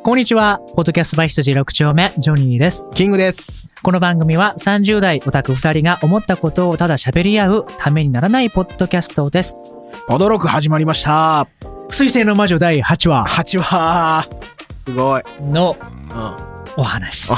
こんにちは。ポッドキャストバイ羊6丁目、ジョニーです。 キングです。 この番組は30代オタク2人が思ったことをただ喋り合うためにならないポッドキャストです。 驚く始まりました。 水星の魔女第8話。 8話。すごい。 の、お話。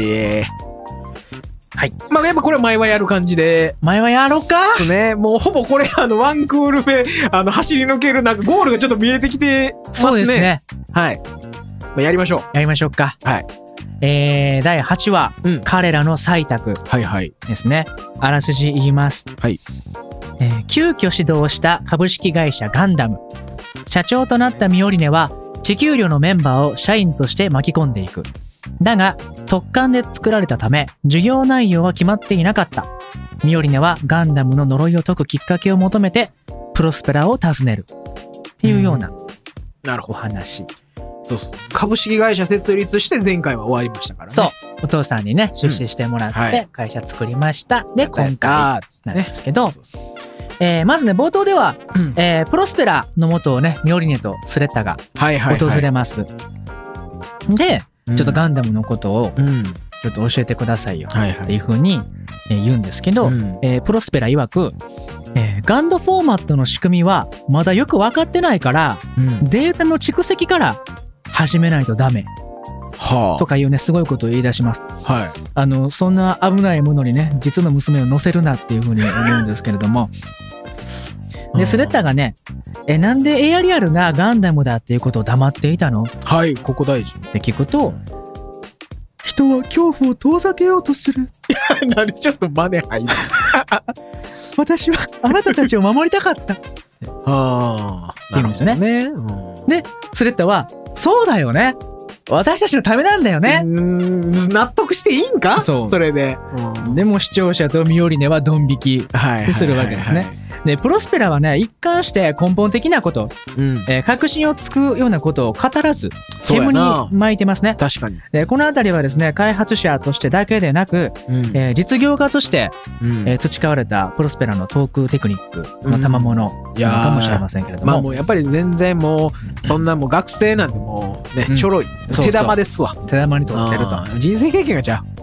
はい。 まあやっぱこれ前はやる感じで。 前はやろうかね。もうほぼこれワンクール目、走り抜けるなんかゴールがちょっと見えてきてますね。 そうですね。 はい。まあ、やりましょう。 やりましょうか。 はい。 第8話、彼らの採択ですね。あらすじ言います。 はい。 急遽始動した株式会社ガンダム。社長となったミオリネは地球寮のメンバーを社員として巻き込んでいく。だが特艦で作られたため授業内容は決まっていなかった。ミオリネはガンダムの呪いを解くきっかけを求めてプロスペラを訪ねるっていうようなお話。 そうそう。株式会社設立して前回は終わりましたからね。 そう。お父さんにね出資してもらって会社作りました。で今回なんですけど、まずね冒頭では、プロスペラの元をねミオリネとスレッタが訪れます。でちょっとガンダムのことをちょっと教えてくださいよっていう風に言うんですけど、プロスペラ曰く、ガンドフォーマットの仕組みはまだよく分かってないから、データの蓄積から始めないとダメ、とかいうねすごいことを言い出します。そんな危ないものにね実の娘を乗せるなっていう風に思うんですけれどもでスレッタがねなんでエアリアルがガンダムだっていうことを黙っていたの？ はい、ここ大事って聞くと、人は恐怖を遠ざけようとする。 なんでちょっとマネ入る私はあなたたちを守りたかったって言うんですよね。でスレッタはそうだよね、私たちのためなんだよね。 納得していいんか？それで、 でも視聴者とミオリネはドン引きするわけですね。でプロスペラはね一貫して根本的なこと、確信をつくようなことを語らず煙に巻いてますね。 確かに。でこのあたりはですね開発者としてだけでなく、実業家として、培われたプロスペラのトークテクニックの賜物かもしれませんけれども、 もうやっぱり全然もうそんなもう学生なんてもうねちょろい手玉ですわ。 手玉に取ってると。 人生経験がちゃう。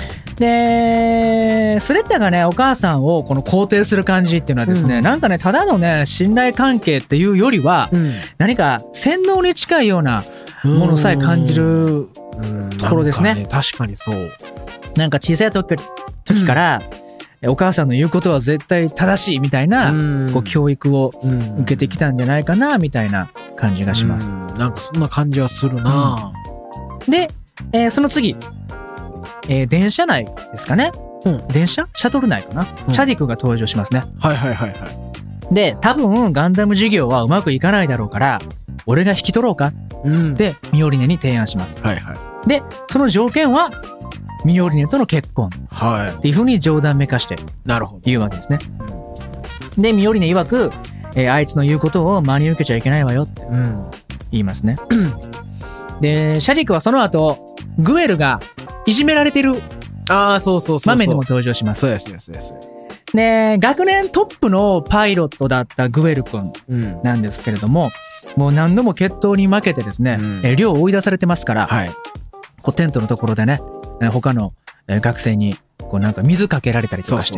でスレッタがねお母さんをこの肯定する感じっていうのはですね、なんかねただのね信頼関係っていうよりは、何か洗脳に近いようなものさえ感じるところですね。 確かにそう。 なんか小さい時から、お母さんの言うことは絶対正しいみたいな、こう教育を受けてきたんじゃないかなみたいな感じがします。 なんかそんな感じはするな。 で、その次、電車内ですかね。電車？シャトル内かな。シャディクが登場しますね。で、多分ガンダム事業はうまくいかないだろうから、俺が引き取ろうかってミオリネに提案します。で、その条件はミオリネとの結婚っていう風に冗談めかして言うわけですね。で、ミオリネ曰く、あいつの言うことを真に受けちゃいけないわよって言いますね。で、シャディクはその後、グエルがいじめられてる場面でも登場します。で、学年トップのパイロットだったグエル君なんですけれども、もう何度も決闘に負けてですね、寮を追い出されてますから、こうテントのところでね、他の学生にこうなんか水かけられたりとかして、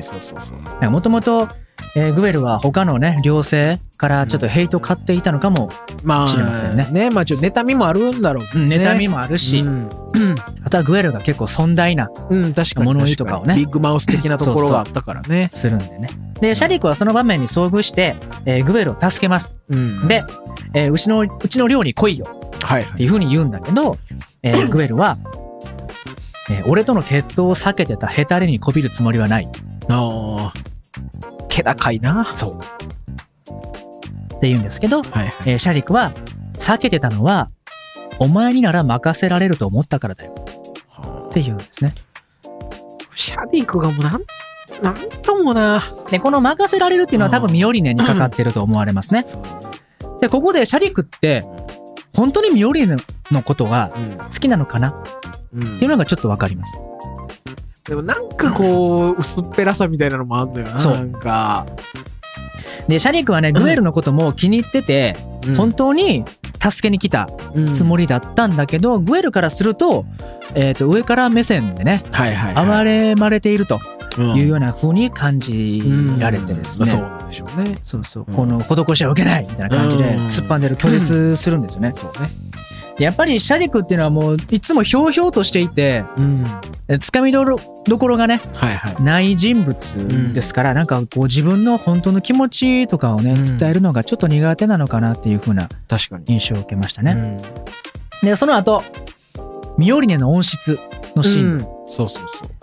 もともとグエルは他のね寮生からちょっとヘイト買っていたのかもしれませんね。 まあちょっと妬みもあるんだろうね。 妬みもあるし、あとはグエルが結構壮大な物言いとかをね、 ビッグマウス的なところがあったからね。 するんでね。でシャディクはその場面に遭遇して、グエルを助けます。で、うちの寮に来いよっていう風に言うんだけど、グエルは俺との決闘を避けてたヘタレにこびるつもりはない。 気高いな。 そうって言うんですけど、シャディクは避けてたのはお前になら任せられると思ったからだよって言うんですね。 シャディクがもうなんともな。 でこの任せられるっていうのは多分ミオリネにかかってると思われますね。でここでシャディクって本当にミオリネのことが好きなのかなっていうのがちょっとわかります。 でもなんかこう薄っぺらさみたいなのもあんのよな。なんかでシャディクはねグエルのことも気に入ってて、本当に助けに来たつもりだったんだけど、グエルからすると、上から目線でね、哀れまれているというような風に感じられてですね。 そうなんでしょうね。 そうそう。この施しは受けないみたいな感じで突っ張んでる、拒絶するんですよね。 そうね。 やっぱりシャディクっていうのはもういつもひょうひょうとしていて、つかみどころがね、ない人物ですから、なんかこう自分の本当の気持ちとかをね、伝えるのがちょっと苦手なのかなっていう風な印象を受けましたね。で、その後、ミオリネの温室のシーンです。 そうそうそう。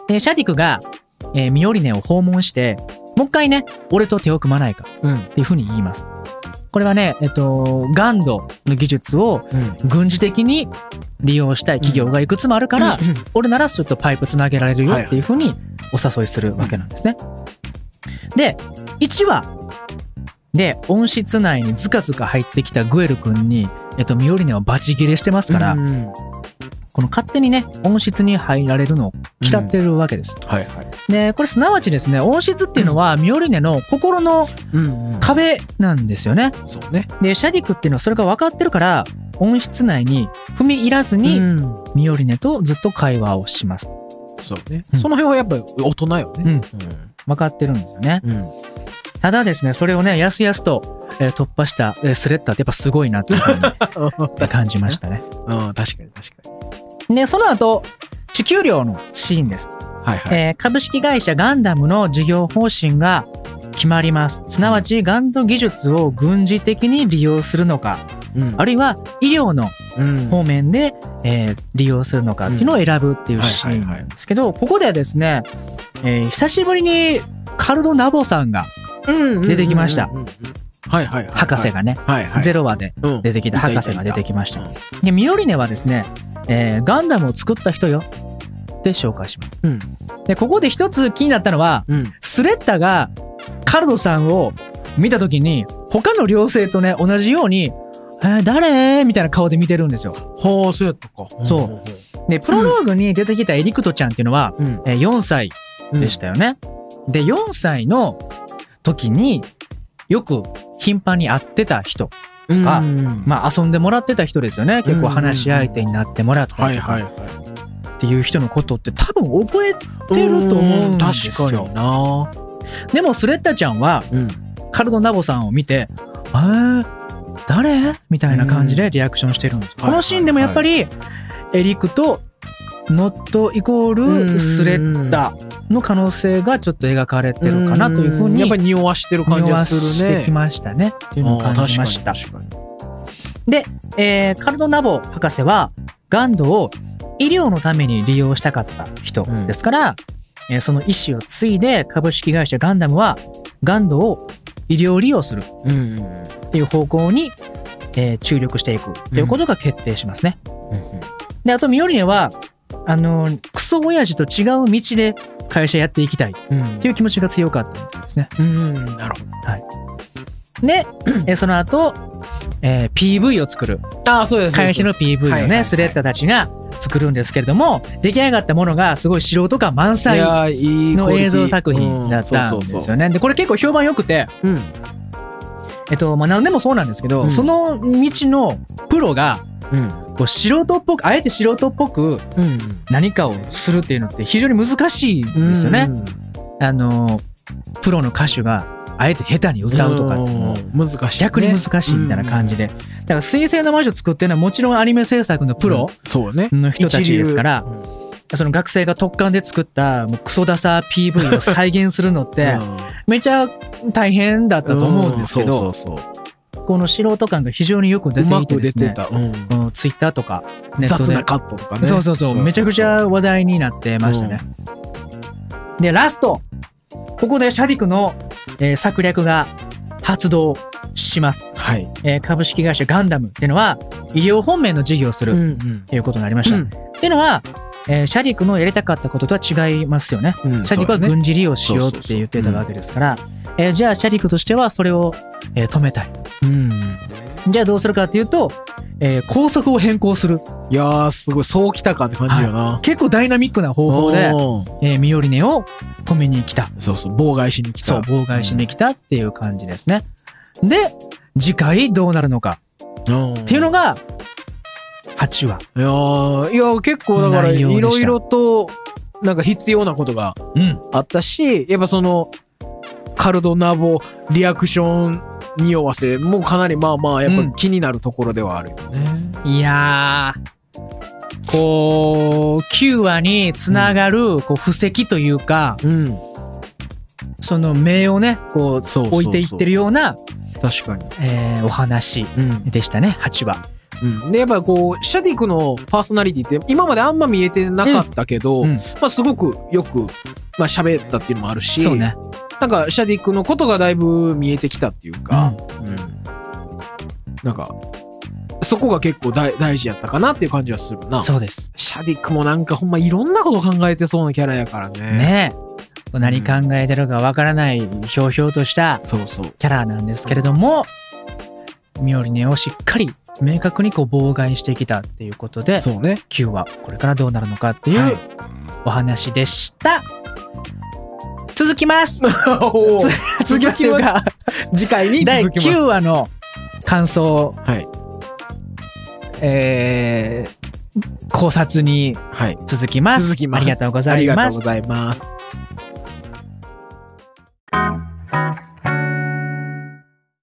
で、シャディクが、ミオリネを訪問して、もう一回ね、俺と手を組まないかっていう風に言います。これはね、ガンドの技術を軍事的に利用したい企業がいくつもあるから、俺ならちょっとパイプつなげられるよっていう風にお誘いするわけなんですね。で、1話で温室内にズカズカ入ってきたグエル君に、ミオリネをバチギレしてますから、この勝手にね、温室に入られるのを嫌ってるわけです。で、これすなわちですね、温室っていうのはミオリネの心の壁なんですよね。 そうね。 で、シャディクっていうのはそれが分かってるから、温室内に踏み入らずに、ミオリネとずっと会話をします。 そうね。その辺はやっぱり大人よね。 分かってるんですよね。ただですね、それをね、やすやすと突破したスレッタってやっぱすごいなっていうふうに感じましたね。 確かに確かに。で、その後、地球寮のシーンです。株式会社ガンダムの事業方針が決まります。すなわち、ガンド技術を軍事的に利用するのか、あるいは医療の方面で、利用するのかっていうのを選ぶっていうシーンなんですけど、ここではですね、久しぶりにカルド・ナボさんが出てきました。博士がね、0話で出てきた博士が出てきました。で、ミオリネはですね、ガンダムを作った人よって紹介します。で、ここで一つ気になったのは、スレッタがカルドさんを見たときに、他の寮生とね、同じように、誰みたいな顔で見てるんですよ。 はあ、そうやったか。 そう。で、プロローグに出てきたエリクトちゃんっていうのは、4歳でしたよね。で、4歳の時によく頻繁に会ってた人が、まあ遊んでもらってた人ですよね。結構話し相手になってもらったりとかっていう人のことって多分覚えてると思うんですよ。 確かにな。 でもスレッタちゃんは、カルド・ナボさんを見て、誰みたいな感じでリアクションしてるんですよ。このシーンでもやっぱりエリクとノットイコールスレッタの可能性がちょっと描かれてるかなというふうに、 やっぱり匂わしてる感じがするね。 匂わしてきましたねっていうのを感じました。で、カルド・ナボ博士はガンドを医療のために利用したかった人ですから、その意思を継いで株式会社ガンダムはガンドを医療利用するっていう方向に、注力していくということが決定しますね。で、あとミオリネはクソ親父と違う道で会社やっていきたいっていう気持ちが強かったみたいですね。 なるほど。 はい。で、その後、PV を作る。会社の PV をね、スレッタたちが作るんですけれども、出来上がったものがすごい素人感満載の映像作品だったんですよね。で、これ結構評判良くて、まあ何でもそうなんですけど、その道のプロが、こう素人っぽく、あえて素人っぽく何かをするっていうのって非常に難しいんですよね。プロの歌手があえて下手に歌うとかっていうのも難しい、 逆に難しいみたいな感じで。だから水星の魔女作ってるのはもちろんアニメ制作のプロの人たちですから、その学生が特貫で作ったもうクソダサ PV を再現するのってめちゃ大変だったと思うんですけど、この素人感が非常によく出ていてですね、ツイッターとかネットで雑なカットとかね、 めちゃくちゃ話題になってましたね。で、ラスト、ここでシャディクの、策略が発動します。株式会社ガンダムっていうのは医療方面の事業をするっていうことになりました。っていうのは、シャディクのやりたかったこととは違いますよね。シャディクは軍事利用しようって言ってたわけですから、じゃあシャディクとしてはそれを、止めたい。じゃあどうするかっていうと、高速を変更する。 いやー、すごい、そうきたかって感じよな。 結構ダイナミックな方法で、ミオリネを止めに来た。 妨害しに来た。 妨害しに来たっていう感じですね。で、次回どうなるのか。 っていうのが8話。 いや結構だからいろいろとなんか必要なことがあったし、やっぱそのカルドナボリアクション匂わせもかなりまあまあやっぱ気になるところではあるよね。 いやー、こう9話につながるこう布石というか、その目をねこう置いていってるような確かに、 お話でしたね、8話。 でやっぱこうシャディクのパーソナリティって今まであんま見えてなかったけど、まあすごくよくまあ喋ったっていうのもあるし、 そうね、 なんかシャディクのことがだいぶ見えてきたっていうか、なんかそこが結構大事やったかなっていう感じはするな。 そうです。 シャディクもなんかほんまいろんなこと考えてそうなキャラやからね。 ねえ、何考えてるかわからないひょうひょうとしたキャラなんですけれども、ミオリネをしっかり明確にこう妨害してきたっていうことで、 そうね、 9話これからどうなるのかっていうお話でした。続きます続きは次回に第続きます。 9話の感想、考察に続きます。ありがとうございます。 ありがとうございます。